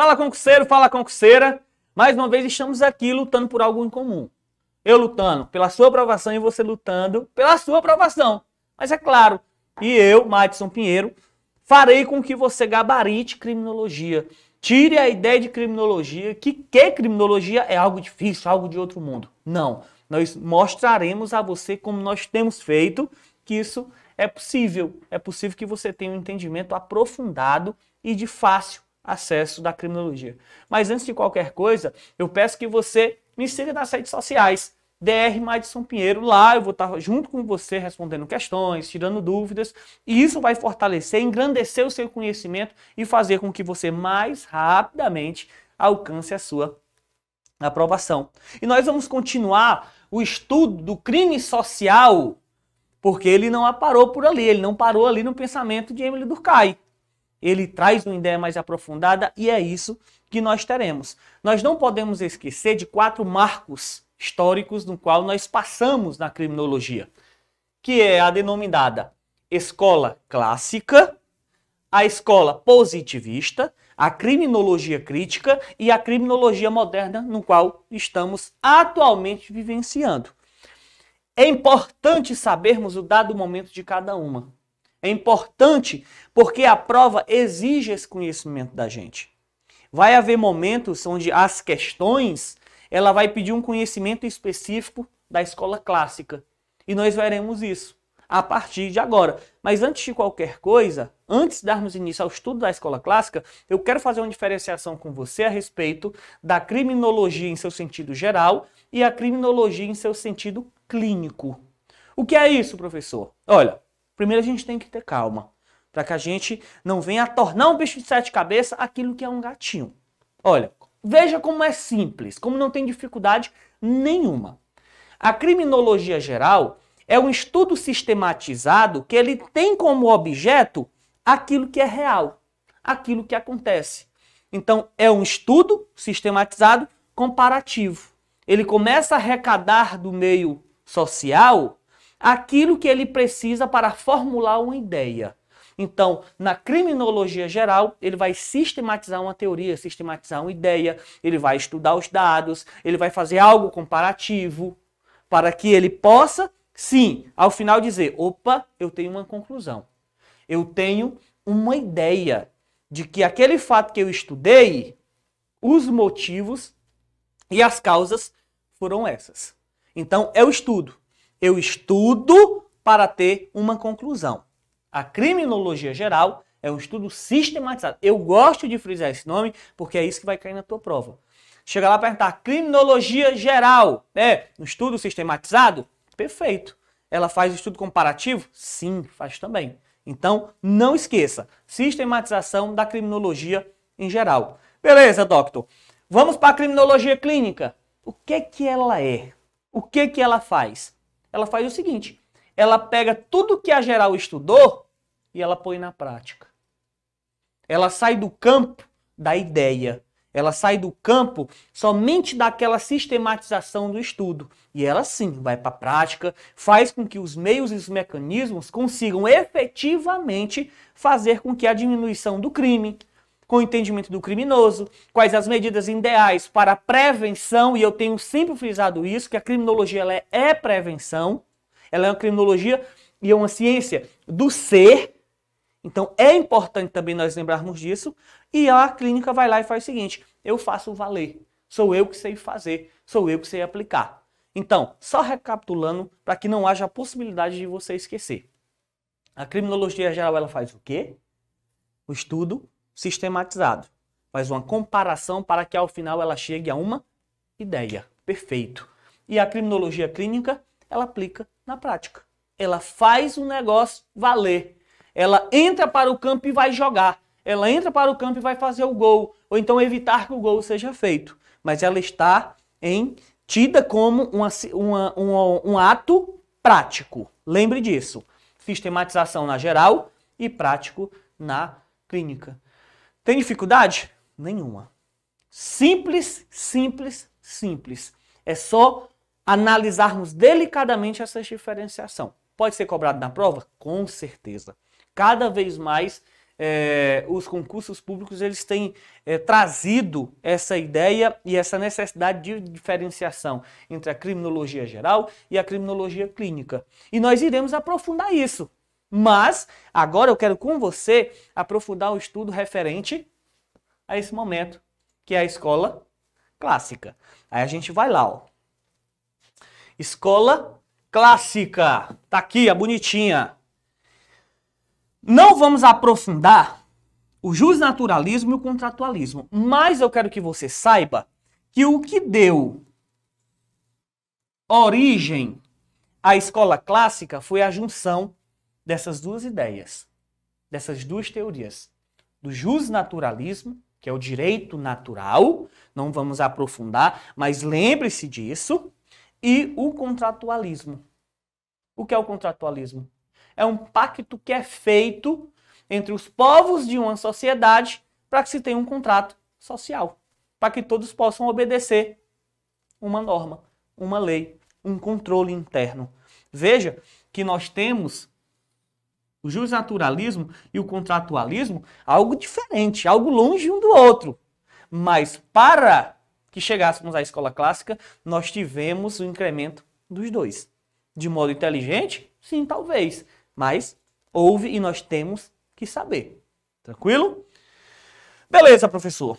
Fala concurseiro, fala concurseira. Mais uma vez estamos aqui lutando por algo em comum. Eu lutando pela sua aprovação e você lutando pela sua aprovação. Mas é claro, e eu, Madison Pinheiro, farei com que você gabarite criminologia. Tire a ideia de criminologia, que criminologia é algo difícil, algo de outro mundo. Não, nós mostraremos a você como nós temos feito que isso é possível. É possível que você tenha um entendimento aprofundado e de fácil acesso da criminologia. Mas antes de qualquer coisa, eu peço que você me siga nas redes sociais, Dr. Madison Pinheiro. Lá eu vou estar junto com você respondendo questões, tirando dúvidas, e isso vai fortalecer, engrandecer o seu conhecimento e fazer com que você mais rapidamente alcance a sua aprovação. E nós vamos continuar o estudo do crime social, porque ele não parou por ali, ele não parou ali no pensamento de Émile Durkheim. Ele traz uma ideia mais aprofundada e é isso que nós teremos. Nós não podemos esquecer de 4 marcos históricos no qual nós passamos na criminologia, que é a denominada escola clássica, a escola positivista, a criminologia crítica e a criminologia moderna, no qual estamos atualmente vivenciando. É importante sabermos o dado momento de cada uma. É importante porque a prova exige esse conhecimento da gente. Vai haver momentos onde as questões, ela vai pedir um conhecimento específico da escola clássica. E nós veremos isso a partir de agora. Mas antes de qualquer coisa, antes de darmos início ao estudo da escola clássica, eu quero fazer uma diferenciação com você a respeito da criminologia em seu sentido geral e a criminologia em seu sentido clínico. O que é isso, professor? Olha, primeiro a gente tem que ter calma, para que a gente não venha a tornar um bicho de 7 cabeças aquilo que é um gatinho. Olha, veja como é simples, como não tem dificuldade nenhuma. A criminologia geral é um estudo sistematizado que ele tem como objeto aquilo que é real, aquilo que acontece. Então, é um estudo sistematizado comparativo. Ele começa a arrecadar do meio social aquilo que ele precisa para formular uma ideia. Então, na criminologia geral, ele vai sistematizar uma teoria, sistematizar uma ideia, ele vai estudar os dados, ele vai fazer algo comparativo, para que ele possa, sim, ao final dizer, opa, eu tenho uma conclusão. Eu tenho uma ideia de que aquele fato que eu estudei, os motivos e as causas foram essas. Então, é o estudo. Eu estudo para ter uma conclusão. A criminologia geral é um estudo sistematizado. Eu gosto de frisar esse nome porque é isso que vai cair na tua prova. Chega lá e perguntar, criminologia geral, um estudo sistematizado? Perfeito. Ela faz o estudo comparativo? Sim, faz também. Então, não esqueça, sistematização da criminologia em geral. Beleza, doctor. Vamos para a criminologia clínica. O que ela é? O que ela faz? Ela faz o seguinte, ela pega tudo que a geral estudou e ela põe na prática. Ela sai do campo da ideia. Ela sai do campo somente daquela sistematização do estudo. E ela sim vai para a prática, faz com que os meios e os mecanismos consigam efetivamente fazer com que a diminuição do crime, com o entendimento do criminoso, quais as medidas ideais para a prevenção, e eu tenho sempre frisado isso, que a criminologia ela é prevenção, ela é uma criminologia e é uma ciência do ser, então é importante também nós lembrarmos disso, e a clínica vai lá e faz o seguinte, eu faço valer, sou eu que sei fazer, sou eu que sei aplicar. Então, só recapitulando, para que não haja a possibilidade de você esquecer. A criminologia geral ela faz o quê? O estudo sistematizado. Faz uma comparação para que ao final ela chegue a uma ideia. Perfeito. E a criminologia clínica, ela aplica na prática. Ela faz o negócio valer. Ela entra para o campo e vai jogar. Ela entra para o campo e vai fazer o gol. Ou então evitar que o gol seja feito. Mas ela está tida como um ato prático. Lembre disso. Sistematização na geral e prático na clínica. Tem dificuldade? Nenhuma. Simples, simples, simples. É só analisarmos delicadamente essa diferenciação. Pode ser cobrado na prova? Com certeza. Cada vez mais os concursos públicos eles têm trazido essa ideia e essa necessidade de diferenciação entre a criminologia geral e a criminologia clínica. E nós iremos aprofundar isso. Mas agora eu quero com você aprofundar o estudo referente a esse momento, que é a escola clássica. Aí a gente vai lá, ó. Escola clássica. Tá aqui, a bonitinha. Não vamos aprofundar o justnaturalismo e o contratualismo, mas eu quero que você saiba que o que deu origem à escola clássica foi a junção dessas duas ideias, dessas duas teorias, do justnaturalismo, que é o direito natural, não vamos aprofundar, mas lembre-se disso, e o contratualismo. O que é o contratualismo? É um pacto que é feito entre os povos de uma sociedade para que se tenha um contrato social, para que todos possam obedecer uma norma, uma lei, um controle interno. Veja que nós temos o justnaturalismo e o contratualismo algo diferente, algo longe um do outro. Mas para que chegássemos à escola clássica, nós tivemos o incremento dos dois. De modo inteligente? Sim, talvez. Mas houve e nós temos que saber. Tranquilo? Beleza, professor.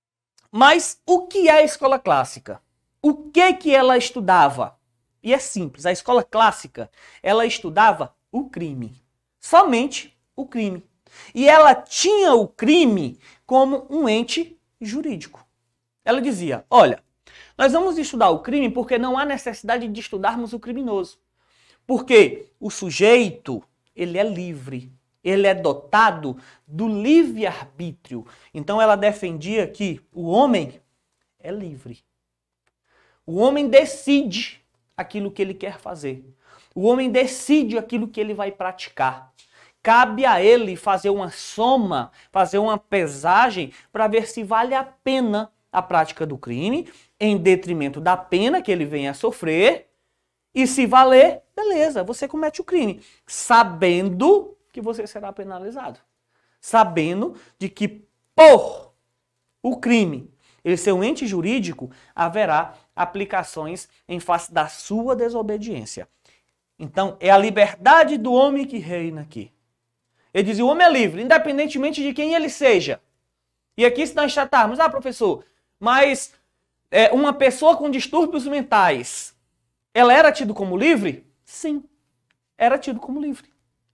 Mas o que é a escola clássica? O que ela estudava? E é simples, a escola clássica, ela estudava o crime. Somente o crime. E ela tinha o crime como um ente jurídico. Ela dizia, olha, nós vamos estudar o crime porque não há necessidade de estudarmos o criminoso. Porque o sujeito, ele é livre, ele é dotado do livre-arbítrio. Então ela defendia que o homem é livre. O homem decide aquilo que ele quer fazer. O homem decide aquilo que ele vai praticar. Cabe a ele fazer uma soma, fazer uma pesagem para ver se vale a pena a prática do crime, em detrimento da pena que ele venha a sofrer. E se valer, beleza, você comete o crime, sabendo que você será penalizado. Sabendo de que por o crime ele ser um ente jurídico, haverá aplicações em face da sua desobediência. Então, é a liberdade do homem que reina aqui. Ele diz, o homem é livre, independentemente de quem ele seja. E aqui se nós tratarmos, professor, mas uma pessoa com distúrbios mentais, ela era tido como livre? Sim, era tido como livre.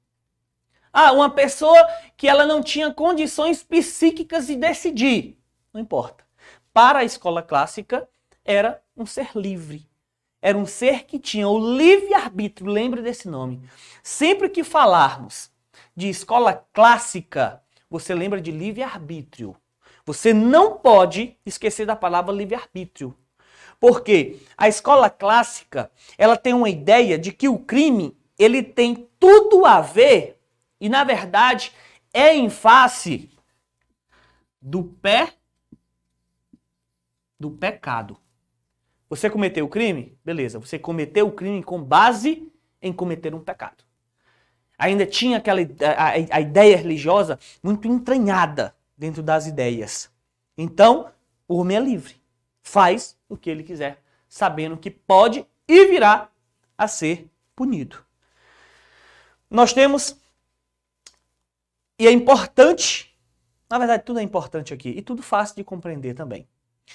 Uma pessoa que ela não tinha condições psíquicas de decidir. Não importa. Para a escola clássica, era um ser livre. Era um ser que tinha o livre-arbítrio, lembre desse nome. Sempre que falarmos de escola clássica, você lembra de livre-arbítrio. Você não pode esquecer da palavra livre-arbítrio. Porque a escola clássica, ela tem uma ideia de que o crime, ele tem tudo a ver, e na verdade, é em face do pecado. Você cometeu o crime? Beleza, você cometeu o crime com base em cometer um pecado. Ainda tinha a ideia religiosa muito entranhada dentro das ideias. Então, o homem é livre. Faz o que ele quiser, sabendo que pode e virá a ser punido. Nós temos, e é importante, na verdade tudo é importante aqui, e tudo fácil de compreender também.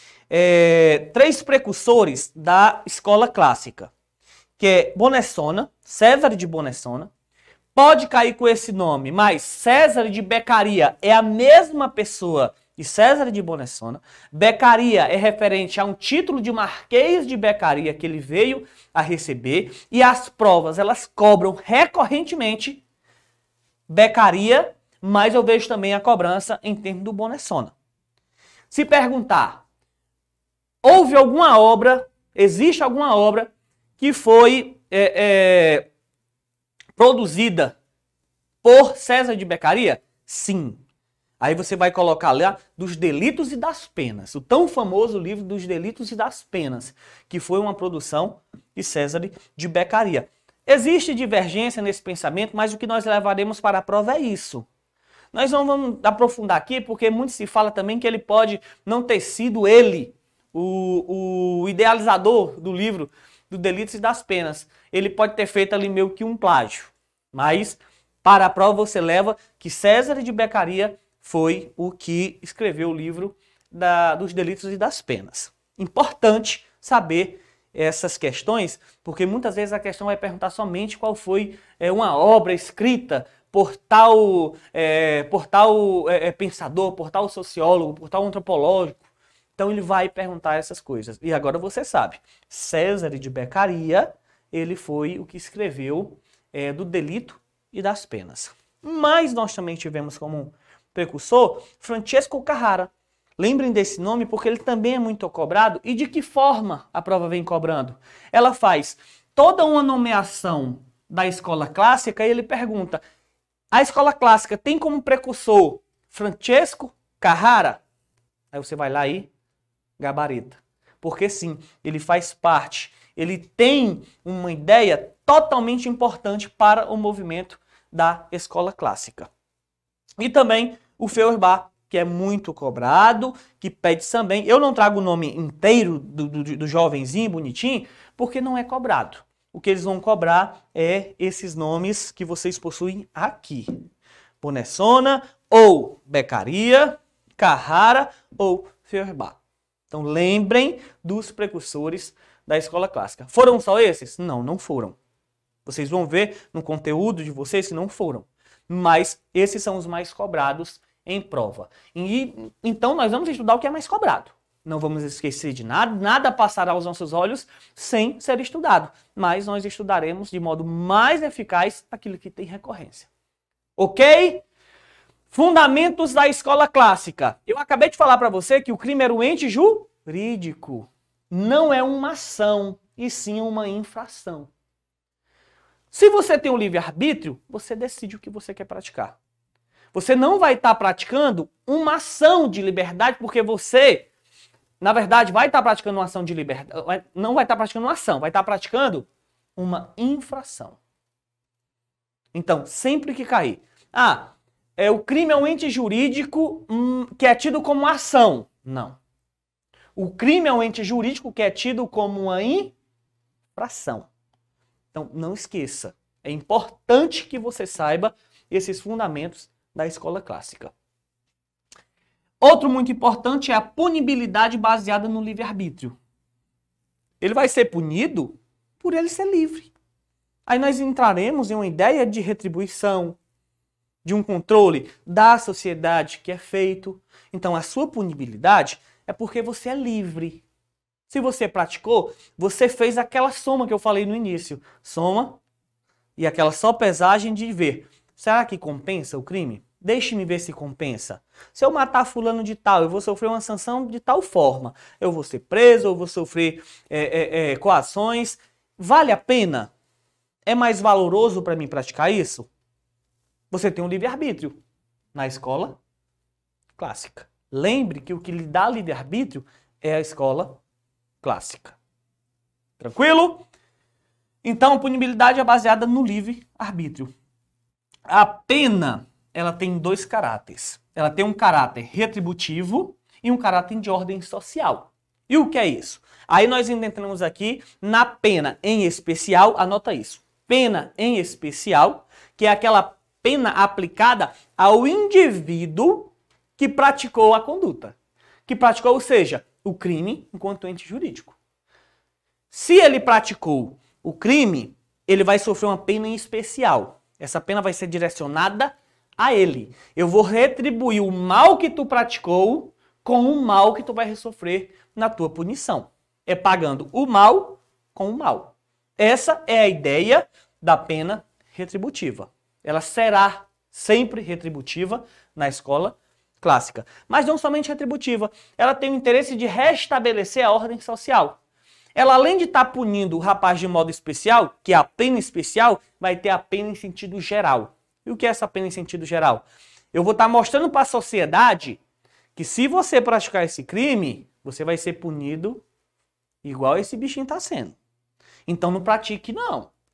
3 precursores da escola clássica, que é Bonessona, César de Bonessona. Pode cair com esse nome, mas César de Beccaria é a mesma pessoa de César de Bonessona. Beccaria é referente a um título de Marquês de Beccaria que ele veio a receber, e as provas elas cobram recorrentemente Beccaria, mas eu vejo também a cobrança em termos do Bonessona. Se perguntar, houve alguma obra, existe alguma obra que foi produzida por César de Beccaria? Sim. Aí você vai colocar lá dos delitos e das penas, o tão famoso livro dos delitos e das penas, que foi uma produção de César de Beccaria. Existe divergência nesse pensamento, mas o que nós levaremos para a prova é isso. Nós não vamos aprofundar aqui, porque muito se fala também que ele pode não ter sido ele, o idealizador do livro do Delitos e das Penas. Ele pode ter feito ali meio que um plágio. Mas, para a prova, você leva que César de Beccaria foi o que escreveu o livro dos Delitos e das Penas. Importante saber essas questões, porque muitas vezes a questão vai perguntar somente qual foi uma obra escrita por tal pensador, por tal sociólogo, por tal antropológico. Então ele vai perguntar essas coisas. E agora você sabe, César de Beccaria, ele foi o que escreveu do Delito e das Penas. Mas nós também tivemos como precursor Francesco Carrara. Lembrem desse nome porque ele também é muito cobrado. E de que forma a prova vem cobrando? Ela faz toda uma nomeação da escola clássica e ele pergunta: a escola clássica tem como precursor Francesco Carrara? Aí você vai lá e gabarita. Porque sim, ele faz parte, ele tem uma ideia totalmente importante para o movimento da escola clássica. E também o Feuerbach, que é muito cobrado, que pede também. Eu não trago o nome inteiro do jovenzinho, bonitinho, porque não é cobrado. O que eles vão cobrar é esses nomes que vocês possuem aqui. Bonessona, ou Beccaria, Carrara ou Feuerbach. Então lembrem dos precursores da escola clássica. Foram só esses? Não, não foram. Vocês vão ver no conteúdo de vocês que não foram. Mas esses são os mais cobrados em prova. E então nós vamos estudar o que é mais cobrado. Não vamos esquecer de nada, nada passará aos nossos olhos sem ser estudado. Mas nós estudaremos de modo mais eficaz aquilo que tem recorrência. Ok? Fundamentos da escola clássica. Eu acabei de falar para você que o crime era um ente jurídico. Não é uma ação, e sim uma infração. Se você tem um livre-arbítrio, você decide o que você quer praticar. Você não vai estar praticando uma ação de liberdade, porque você, na verdade, vai estar praticando uma ação de liberdade. Não vai estar praticando uma ação, vai estar praticando uma infração. Então, sempre que cair. O crime é um ente jurídico que é tido como uma ação. Não. O crime é um ente jurídico que é tido como uma infração. Então, não esqueça. É importante que você saiba esses fundamentos da escola clássica. Outro muito importante é a punibilidade baseada no livre-arbítrio. Ele vai ser punido por ele ser livre. Aí nós entraremos em uma ideia de retribuição, de um controle da sociedade que é feito. Então, a sua punibilidade é porque você é livre. Se você praticou, você fez aquela soma que eu falei no início. Soma e aquela só pesagem de ver. Será que compensa o crime? Deixe-me ver se compensa. Se eu matar fulano de tal, eu vou sofrer uma sanção de tal forma. Eu vou ser preso, eu vou sofrer coações. Vale a pena? É mais valoroso para mim praticar isso? Você tem um livre-arbítrio na escola clássica. Lembre que o que lhe dá livre-arbítrio é a escola clássica. Tranquilo? Então, a punibilidade é baseada no livre-arbítrio. A pena, ela tem dois caráteres. Ela tem um caráter retributivo e um caráter de ordem social. E o que é isso? Aí nós entramos aqui na pena em especial, anota isso. Pena em especial, que é aquela pena aplicada ao indivíduo que praticou a conduta. Que praticou, ou seja, o crime enquanto ente jurídico. Se ele praticou o crime, ele vai sofrer uma pena em especial. Essa pena vai ser direcionada a ele. Eu vou retribuir o mal que tu praticou com o mal que tu vai sofrer na tua punição. É pagando o mal com o mal. Essa é a ideia da pena retributiva. Ela será sempre retributiva na escola clássica. Mas não somente retributiva, ela tem o interesse de restabelecer a ordem social. Ela, além de estar punindo o rapaz de modo especial, que é a pena especial, vai ter a pena em sentido geral. E o que é essa pena em sentido geral? Eu vou estar mostrando para a sociedade que se você praticar esse crime, você vai ser punido igual esse bichinho está sendo. Então não pratique, não.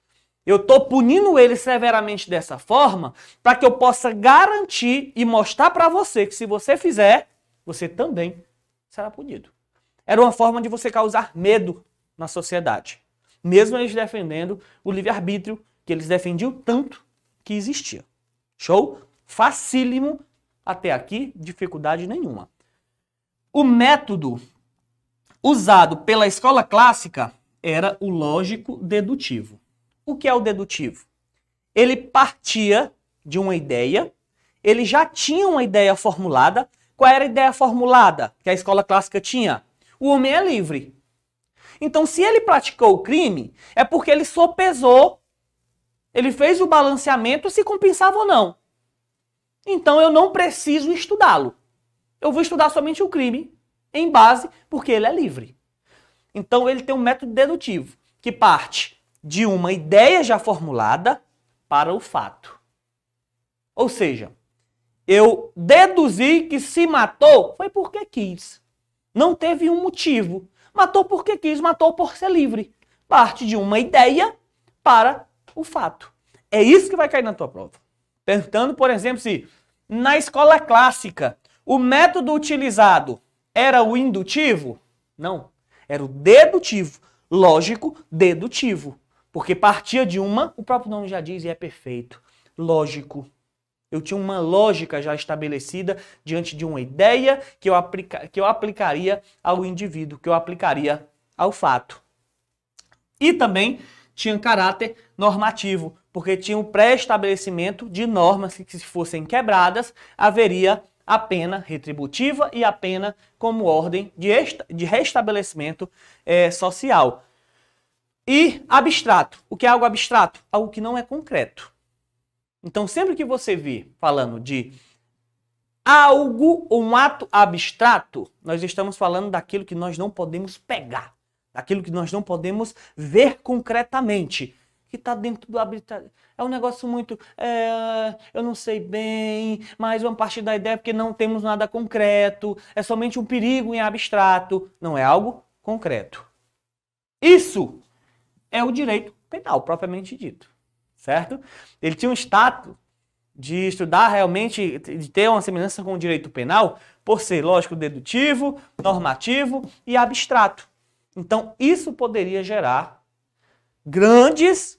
Eu estou punindo ele severamente dessa forma para que eu possa garantir e mostrar para você que se você fizer, você também será punido. Era uma forma de você causar medo na sociedade. Mesmo eles defendendo o livre-arbítrio, que eles defendiam tanto que existia. Show? Facílimo até aqui, dificuldade nenhuma. O método usado pela escola clássica era o lógico-dedutivo. O que é o dedutivo? Ele partia de uma ideia, ele já tinha uma ideia formulada. Qual era a ideia formulada que a escola clássica tinha? O homem é livre. Então, se ele praticou o crime, é porque ele sopesou, ele fez o balanceamento se compensava ou não. Então, eu não preciso estudá-lo. Eu vou estudar somente o crime em base porque ele é livre. Então, ele tem um método dedutivo que parte de uma ideia já formulada para o fato. Ou seja, eu deduzi que se matou foi porque quis. Não teve um motivo. Matou porque quis, matou por ser livre. Parte de uma ideia para o fato. É isso que vai cair na tua prova. Perguntando, por exemplo, se na escola clássica o método utilizado era o indutivo? Não. Era o dedutivo. Lógico, dedutivo. Porque partia de uma, o próprio nome já diz e é perfeito. Lógico. Eu tinha uma lógica já estabelecida diante de uma ideia que eu aplicaria ao indivíduo, que eu aplicaria ao fato. E também tinha caráter normativo, porque tinha um pré-estabelecimento de normas que, se fossem quebradas, haveria a pena retributiva e a pena como ordem de restabelecimento social. E abstrato. O que é algo abstrato? Algo que não é concreto. Então, sempre que você vir falando de algo ou um ato abstrato, nós estamos falando daquilo que nós não podemos pegar, daquilo que nós não podemos ver concretamente, que está dentro do abstrato. É um negócio muito, eu não sei bem, mas vamos partir da ideia porque não temos nada concreto, é somente um perigo em abstrato, não é algo concreto. Isso é o direito penal, propriamente dito. Certo? Ele tinha um status de estudar realmente, de ter uma semelhança com o direito penal, por ser, lógico, dedutivo, normativo e abstrato. Então, isso poderia gerar grandes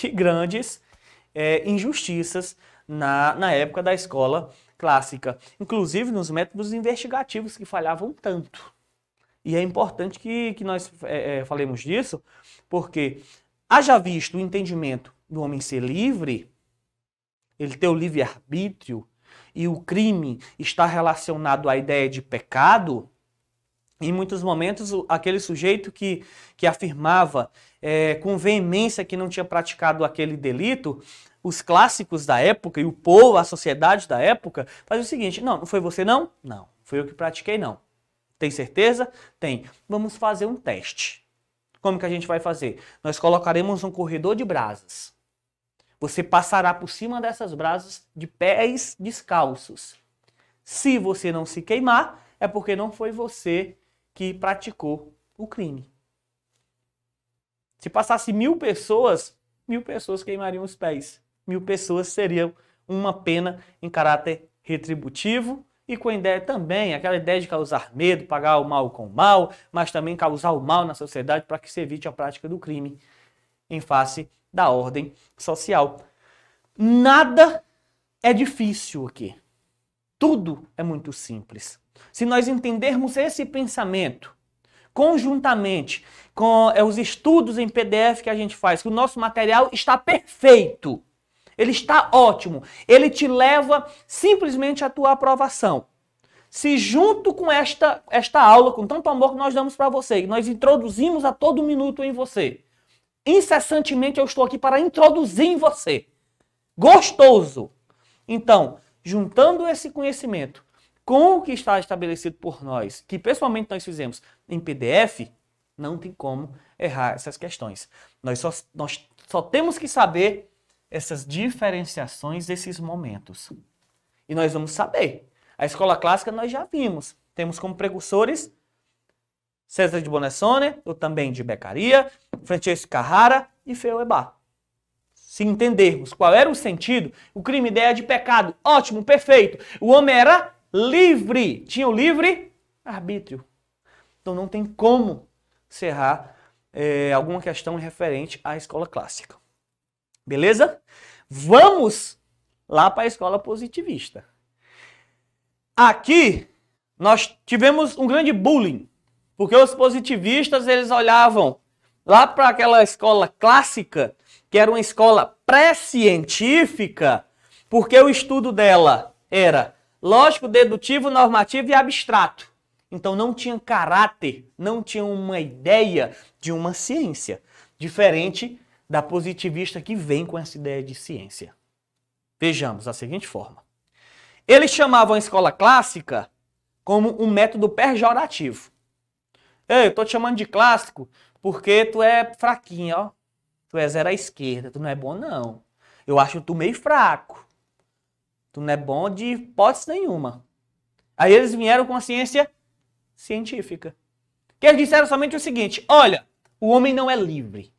injustiças na época da escola clássica. Inclusive nos métodos investigativos que falhavam tanto. E é importante que nós falemos disso, porque haja visto o entendimento do homem ser livre, ele ter o livre-arbítrio, e o crime está relacionado à ideia de pecado, em muitos momentos aquele sujeito que afirmava com veemência que não tinha praticado aquele delito, os clássicos da época e o povo, a sociedade da época, fazia o seguinte: não foi você não? Não, foi eu que pratiquei não. Tem certeza? Tem. Vamos fazer um teste. Como que a gente vai fazer? Nós colocaremos um corredor de brasas. Você passará por cima dessas brasas de pés descalços. Se você não se queimar, é porque não foi você que praticou o crime. Se passasse 1000 pessoas queimariam os pés. 1000 pessoas seriam uma pena em caráter retributivo e com a ideia também, aquela ideia de causar medo, pagar o mal com o mal, mas também causar o mal na sociedade para que se evite a prática do crime em face da ordem social. Nada é difícil aqui. Tudo é muito simples. Se nós entendermos esse pensamento conjuntamente com os estudos em PDF que a gente faz, que o nosso material está perfeito, ele está ótimo, ele te leva simplesmente à tua aprovação. Se junto com esta aula, com tanto amor que nós damos para você, nós introduzimos a todo minuto em você, incessantemente eu estou aqui para introduzir em você. Gostoso. Então, juntando esse conhecimento com o que está estabelecido por nós, que pessoalmente nós fizemos em PDF, não tem como errar essas questões. Nós só temos que saber essas diferenciações desses momentos. E nós vamos saber. A escola clássica nós já vimos. Temos como precursores César de Bonessone, ou também de Beccaria, Francesco Carrara e Feuerbach. se entendermos qual era o sentido, o crime ideia de pecado, ótimo, perfeito. O homem era livre, tinha o livre arbítrio. Então não tem como cerrar alguma questão referente à escola clássica. Beleza? Vamos lá para a escola positivista. Aqui nós tivemos um grande bullying, porque os positivistas eles olhavam lá para aquela escola clássica, que era uma escola pré-científica, porque o estudo dela era lógico, dedutivo, normativo e abstrato. Então não tinha caráter, não tinha uma ideia de uma ciência, diferente da positivista que vem com essa ideia de ciência. Vejamos da seguinte forma. Eles chamavam a escola clássica como um método pejorativo. Ei, eu tô te chamando de clássico porque tu é fraquinho, ó. Tu é zero à esquerda, tu não é bom não. Eu acho tu meio fraco. Tu não é bom de hipótese nenhuma. Aí eles vieram com a ciência científica. Que eles disseram somente o seguinte, olha, o homem não é livre.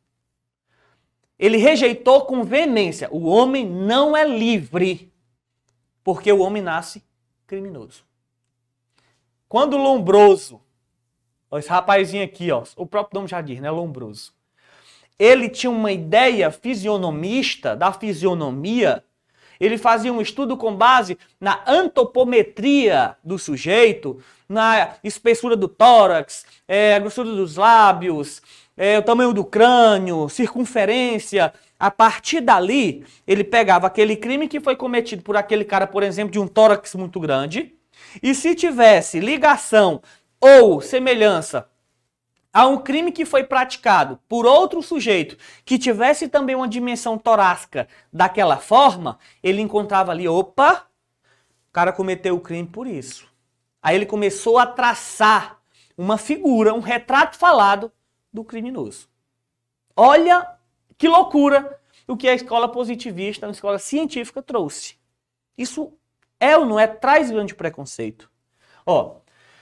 Ele rejeitou com veemência, o homem não é livre, porque o homem nasce criminoso. Quando o Lombroso, esse rapazinho aqui, ó, o próprio nome já diz, né, Lombroso, ele tinha uma ideia fisionomista da fisionomia. Ele fazia um estudo com base na antropometria do sujeito, na espessura do tórax, a grossura dos lábios, o tamanho do crânio, circunferência. A partir dali, ele pegava aquele crime que foi cometido por aquele cara, por exemplo, de um tórax muito grande, e se tivesse ligação ou semelhança a um crime que foi praticado por outro sujeito que tivesse também uma dimensão torácica daquela forma, ele encontrava ali, opa, o cara cometeu o crime por isso. Aí ele começou a traçar uma figura, um retrato falado do criminoso. Olha que loucura o que a escola positivista, a escola científica trouxe. Isso é ou não é? Traz grande preconceito. Ó,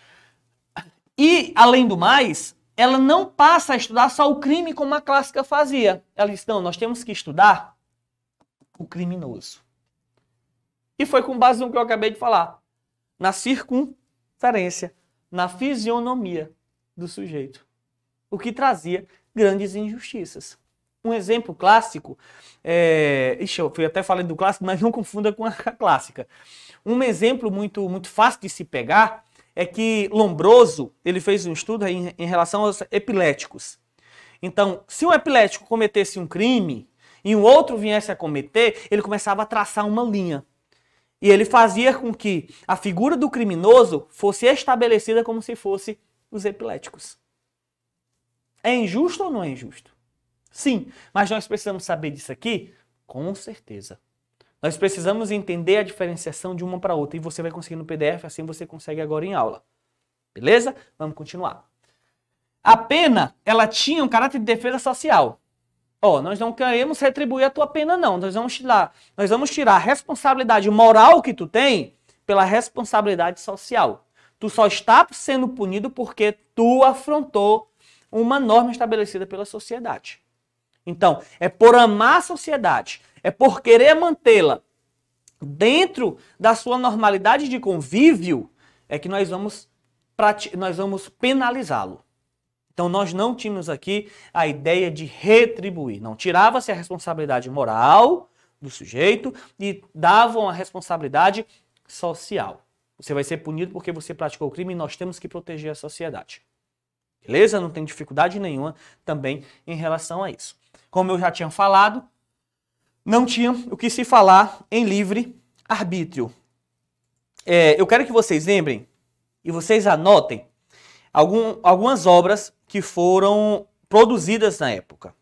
e além do mais, ela não passa a estudar só o crime como a clássica fazia. Ela disse, não, nós temos que estudar o criminoso. E foi com base no que eu acabei de falar. Na circunferência, na fisionomia do sujeito. O que trazia grandes injustiças. Um exemplo clássico, eu até falei do clássico, mas não confunda com a clássica. Um exemplo muito fácil de se pegar é que Lombroso, ele fez um estudo em relação aos epiléticos. Então, se um epilético cometesse um crime e um outro viesse a cometer, ele começava a traçar uma linha. E ele fazia com que a figura do criminoso fosse estabelecida como se fosse os epiléticos. É injusto ou não é injusto? Sim, mas nós precisamos saber disso aqui? Com certeza. Nós precisamos entender a diferenciação de uma para outra. E você vai conseguir no PDF, assim você consegue agora em aula. Beleza? Vamos continuar. A pena, ela tinha um caráter de defesa social. Nós não queremos retribuir a tua pena, não. Nós vamos tirar a responsabilidade moral que tu tem pela responsabilidade social. Tu só está sendo punido porque tu afrontou uma norma estabelecida pela sociedade. Então, é por amar a sociedade, é por querer mantê-la dentro da sua normalidade de convívio, é que nós vamos penalizá-lo. Então, nós não tínhamos aqui a ideia de retribuir. Não, tirava-se a responsabilidade moral do sujeito e davam a responsabilidade social. Você vai ser punido porque você praticou o crime e nós temos que proteger a sociedade. Beleza? Não tem dificuldade nenhuma também em relação a isso. Como eu já tinha falado, não tinha o que se falar em livre arbítrio. Eu quero que vocês lembrem e vocês anotem algumas obras que foram produzidas na época.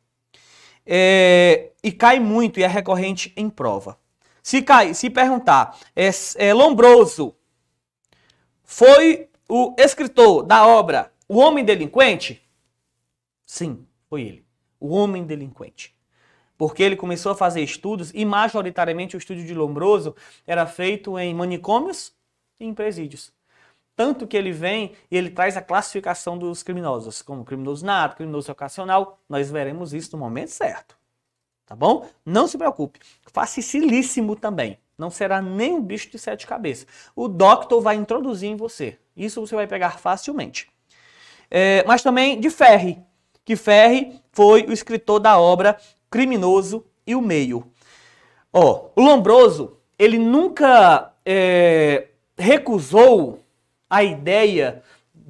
E cai muito e é recorrente em prova. Se perguntar, Lombroso foi o escritor da obra O Homem Delinquente? Sim, foi ele. O Homem Delinquente. Porque ele começou a fazer estudos e majoritariamente o estudo de Lombroso era feito em manicômios e em presídios. Tanto que ele vem e ele traz a classificação dos criminosos, como criminoso nato, criminoso ocasional. Nós veremos isso no momento certo. tá bom? Não se preocupe. Facilíssimo também. Não será nem um bicho de 7 cabeças. O Doctor vai introduzir em você. Isso você vai pegar facilmente. Mas também de Ferri, que Ferri foi o escritor da obra Criminoso e o Meio. O Lombroso, ele nunca recusou a ideia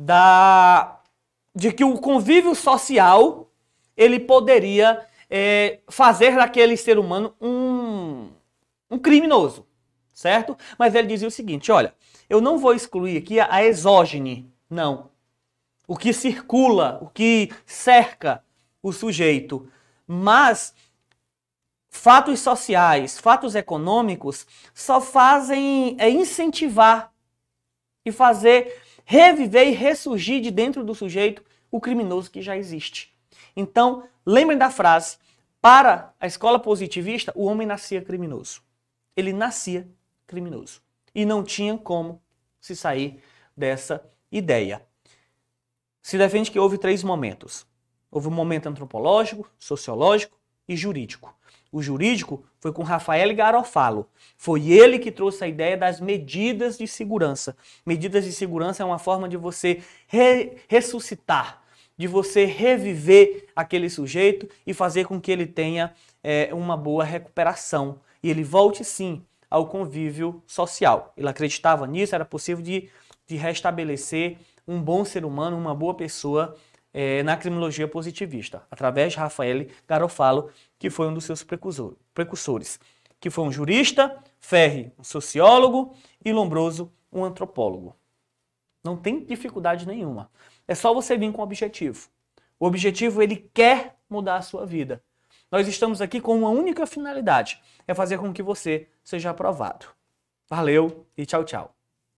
de que o convívio social ele poderia fazer daquele ser humano um criminoso, certo? Mas ele dizia o seguinte, olha, eu não vou excluir aqui a exógene, não. O que circula, o que cerca o sujeito, mas fatos sociais, fatos econômicos só fazem incentivar e fazer reviver e ressurgir de dentro do sujeito o criminoso que já existe. Então, lembrem da frase, para a escola positivista, o homem nascia criminoso. Ele nascia criminoso. E não tinha como se sair dessa ideia. Se defende que houve 3 momentos. Houve um momento antropológico, sociológico e jurídico. O jurídico foi com Rafael Garofalo. Foi ele que trouxe a ideia das medidas de segurança. Medidas de segurança é uma forma de você ressuscitar, de você reviver aquele sujeito e fazer com que ele tenha uma boa recuperação. E ele volte, sim, ao convívio social. Ele acreditava nisso, era possível de restabelecer um bom ser humano, uma boa pessoa na criminologia positivista, através de Rafael Garofalo, que foi um dos seus precursores, que foi um jurista, Ferri, um sociólogo e Lombroso, um antropólogo. Não tem dificuldade nenhuma. É só você vir com o objetivo. O objetivo, ele quer mudar a sua vida. Nós estamos aqui com uma única finalidade, é fazer com que você seja aprovado. Valeu e tchau, tchau.